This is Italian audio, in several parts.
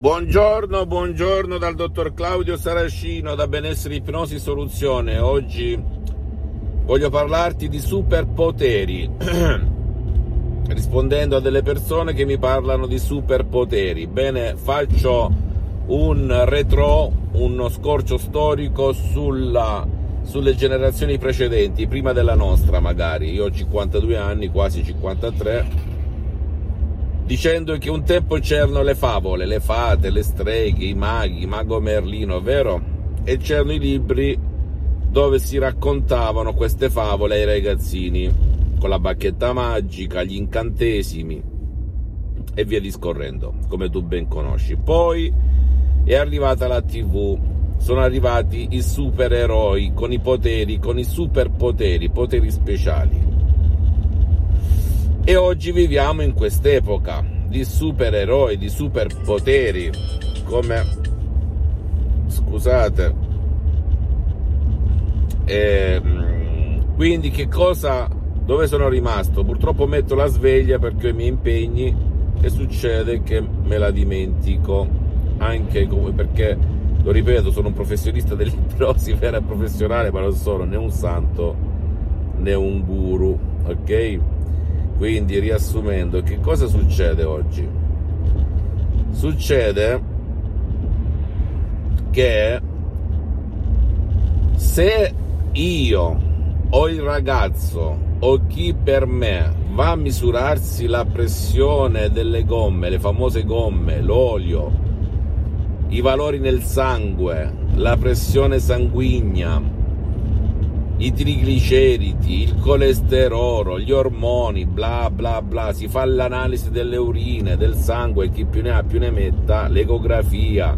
Buongiorno dal dottor Claudio Saracino da Benessere Ipnosi Soluzione. Oggi voglio parlarti di superpoteri, rispondendo a delle persone che mi parlano di superpoteri. Bene, faccio uno scorcio storico sulle generazioni precedenti, prima della nostra magari. Io ho 52 anni, quasi 53, dicendo che un tempo c'erano le favole, le fate, le streghe, i maghi, Mago Merlino, vero? E c'erano i libri dove si raccontavano queste favole ai ragazzini, con la bacchetta magica, gli incantesimi e via discorrendo, come tu ben conosci. Poi è arrivata la TV, sono arrivati i supereroi con i poteri, con i superpoteri, poteri speciali. E oggi viviamo in quest'epoca di supereroi, di superpoteri, come, scusate, quindi dove sono rimasto? Purtroppo metto la sveglia perché ho i miei impegni e succede che me la dimentico, anche perché, lo ripeto, sono un professionista dell'ipnosi vera e professionale, ma non sono né un santo né un guru, ok? Quindi, riassumendo, che cosa succede oggi? Succede che se io o il ragazzo o chi per me va a misurarsi la pressione delle gomme, le famose gomme, l'olio, i valori nel sangue, la pressione sanguigna, i trigliceridi, il colesterolo, gli ormoni, bla bla bla, si fa l'analisi delle urine, del sangue, chi più ne ha più ne metta, l'ecografia,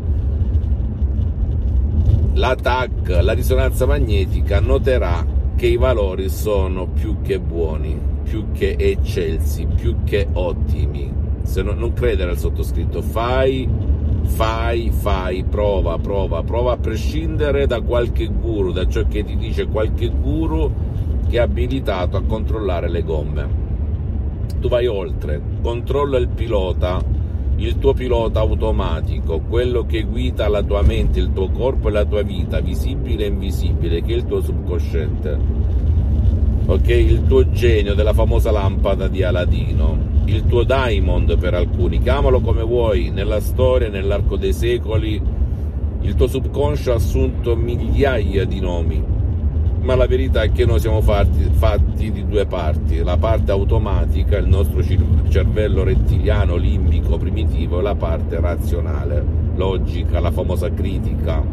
la TAC, la risonanza magnetica, noterà che i valori sono più che buoni, più che eccelsi, più che ottimi. Se non credere al sottoscritto, fai, prova a prescindere da qualche guru, da ciò che ti dice qualche guru che è abilitato a controllare le gomme. Tu vai oltre, controlla il tuo pilota automatico, quello che guida la tua mente, il tuo corpo e la tua vita, visibile e invisibile, che è il tuo subconsciente, ok? Il tuo genio della famosa lampada di Aladino, il tuo Diamond per alcuni, chiamalo come vuoi. Nella storia, nell'arco dei secoli, il tuo subconscio ha assunto migliaia di nomi, ma la verità è che noi siamo fatti di due parti: la parte automatica, il nostro cervello rettiliano, limbico, primitivo, e la parte razionale, logica, la famosa critica.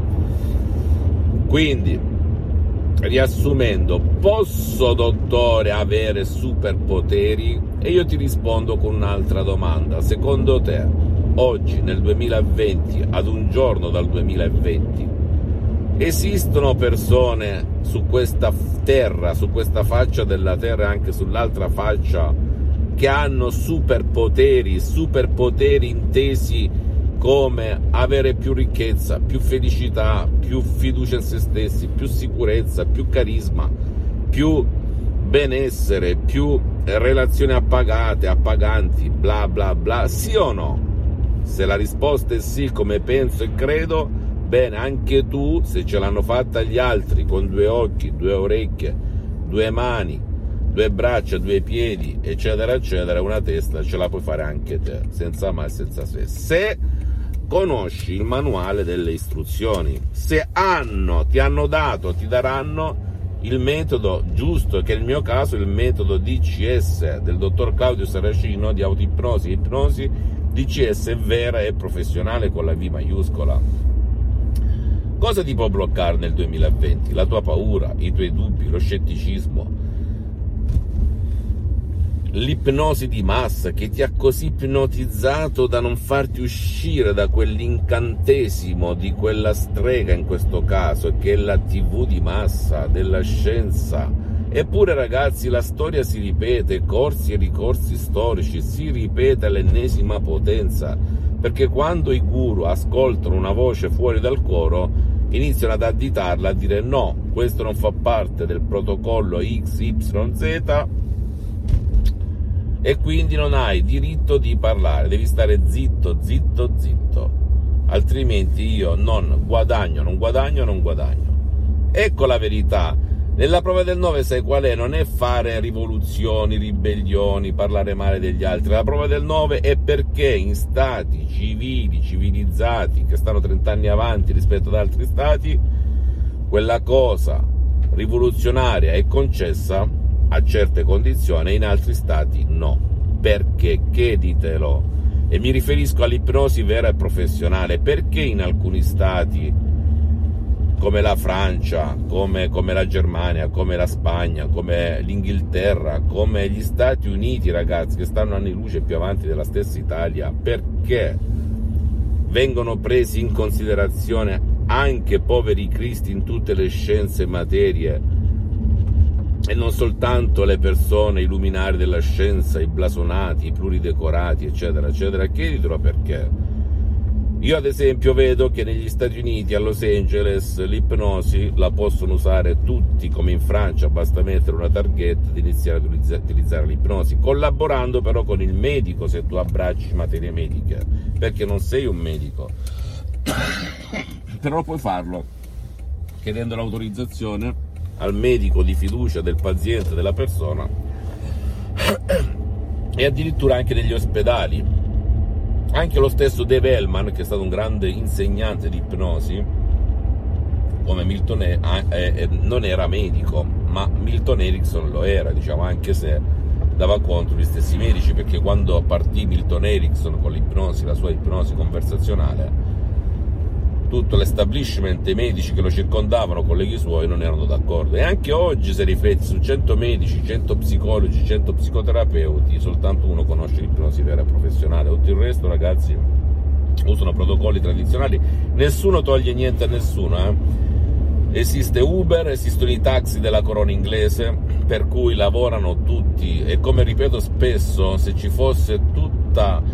Quindi, riassumendo, posso, dottore, avere superpoteri? E io ti rispondo con un'altra domanda: secondo te, oggi nel 2020, ad un giorno dal 2020, esistono persone su questa terra, su questa faccia della terra e anche sull'altra faccia, che hanno superpoteri intesi come avere più ricchezza, più felicità, più fiducia in se stessi, più sicurezza, più carisma, più benessere, più relazioni appaganti, bla bla bla? Sì o no? Se la risposta è sì, come penso e credo, bene, anche tu, se ce l'hanno fatta gli altri con 2 occhi, 2 orecchie, 2 mani, 2 braccia, 2 piedi, eccetera eccetera, una testa ce la puoi fare anche te, senza ma e senza se conosci il manuale delle istruzioni, se ti daranno il metodo giusto, che nel mio caso è il metodo DCS del dottor Claudio Saracino, di autoipnosi e ipnosi, DCS vera e professionale con la V maiuscola. Cosa ti può bloccare nel 2020? La tua paura, i tuoi dubbi, lo scetticismo, l'ipnosi di massa che ti ha così ipnotizzato da non farti uscire da quell'incantesimo di quella strega, in questo caso, che è la TV di massa della scienza. Eppure, ragazzi, la storia si ripete, corsi e ricorsi storici, si ripete all'ennesima potenza, perché quando i guru ascoltano una voce fuori dal coro, iniziano ad additarla, a dire no, questo non fa parte del protocollo XYZ, e quindi non hai diritto di parlare, devi stare zitto. altrimenti io non guadagno. Ecco la verità. Nella prova del 9 sai qual è? Non è fare rivoluzioni, ribellioni, parlare male degli altri. La prova del 9 è perché in stati civili, civilizzati, che stanno 30 anni avanti rispetto ad altri stati, quella cosa rivoluzionaria è concessa a certe condizioni, in altri stati no. Perché? Chieditelo. E mi riferisco all'ipnosi vera e professionale. Perché in alcuni stati, come la Francia, come la Germania, come la Spagna, come l'Inghilterra, come gli Stati Uniti, ragazzi, che stanno anni luce più avanti della stessa Italia, perché vengono presi in considerazione anche poveri cristi in tutte le scienze e materie, e non soltanto le persone, i luminari della scienza, i blasonati, i pluridecorati, eccetera, eccetera? Chieditelo perché. Io ad esempio vedo che negli Stati Uniti, a Los Angeles, l'ipnosi la possono usare tutti, come in Francia, basta mettere una targhetta di iniziare ad utilizzare l'ipnosi, collaborando però con il medico se tu abbracci materie mediche, perché non sei un medico, però puoi farlo chiedendo l'autorizzazione al medico di fiducia del paziente, della persona, e addirittura anche negli ospedali. Anche lo stesso Dave Hellman, che è stato un grande insegnante di ipnosi, come Milton non era medico, ma Milton Erickson lo era, diciamo, anche se dava contro gli stessi medici, perché quando partì Milton Erickson con l'ipnosi, la sua ipnosi conversazionale, tutto l'establishment e i medici che lo circondavano, colleghi suoi, non erano d'accordo. E anche oggi, se rifletti su 100 medici, 100 psicologi, 100 psicoterapeuti, soltanto uno conosce l'ipnosi vera e professionale. Tutto il resto, ragazzi, usano protocolli tradizionali. Nessuno toglie niente a nessuno, Esiste Uber, esistono i taxi della corona inglese, per cui lavorano tutti, e come ripeto spesso, se ci fosse tutta...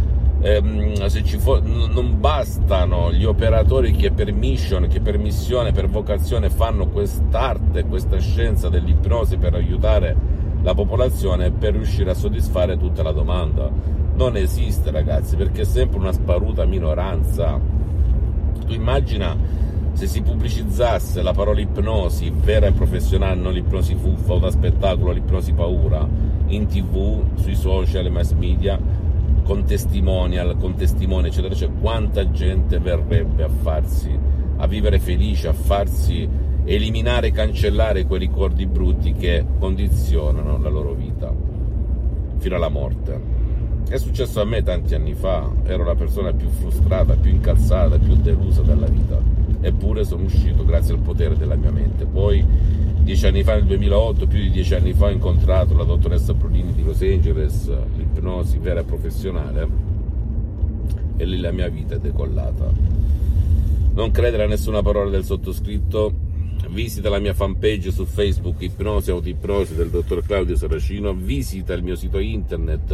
non bastano gli operatori che per mission, che per missione, per vocazione fanno quest'arte, questa scienza dell'ipnosi per aiutare la popolazione, per riuscire a soddisfare tutta la domanda. Non esiste, ragazzi, perché è sempre una sparuta minoranza. Tu immagina se si pubblicizzasse la parola ipnosi vera e professionale, non l'ipnosi fuffa o da spettacolo, l'ipnosi paura, in TV, sui social e mass media, con testimonial, con testimoni, eccetera, cioè quanta gente verrebbe a vivere felice, a farsi eliminare, cancellare quei ricordi brutti che condizionano la loro vita fino alla morte. È successo a me tanti anni fa, ero la persona più frustrata, più incazzata, più delusa dalla vita, eppure sono uscito grazie al potere della mia mente. Poi 10 anni fa, nel 2008, più di 10 anni fa, ho incontrato la dottoressa Bronini di Los Angeles, l'ipnosi vera e professionale, e lì la mia vita è decollata. Non credere a nessuna parola del sottoscritto. Visita la mia fanpage su Facebook, Ipnosi Autoipnosi del dottor Claudio Saracino. Visita il mio sito internet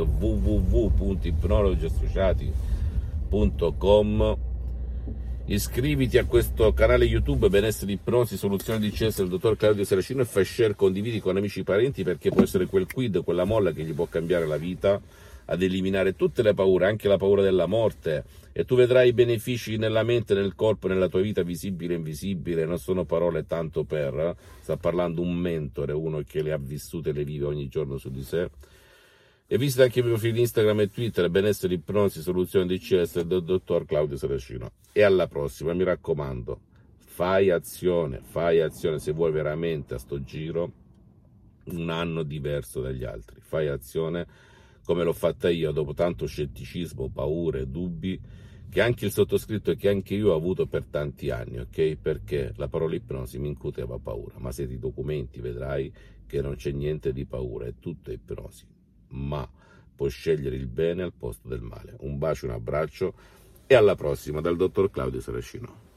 www.ipnologiassociati.com. Iscriviti a questo canale YouTube Benessere Ipnosi Soluzione di CS del dottor Claudio Saracino e fai share, condividi con amici e parenti, perché può essere quel quid, quella molla che gli può cambiare la vita, ad eliminare tutte le paure, anche la paura della morte, e tu vedrai i benefici nella mente, nel corpo, nella tua vita, visibile e invisibile. Non sono parole tanto per, sta parlando un mentore, uno che le ha vissute e le vive ogni giorno su di sé. E visita anche i miei profili Instagram e Twitter, Benessere Ipnosi Soluzione DCS del dottor Claudio Saracino. E alla prossima, mi raccomando, fai azione se vuoi veramente a sto giro un anno diverso dagli altri. Fai azione come l'ho fatta io, dopo tanto scetticismo, paure, dubbi, che anche il sottoscritto e che anche io ho avuto per tanti anni, ok? Perché la parola ipnosi mi incuteva paura, ma se ti documenti vedrai che non c'è niente di paura, è tutto ipnosi, ma puoi scegliere il bene al posto del male. Un bacio, un abbraccio e alla prossima dal dottor Claudio Saracino.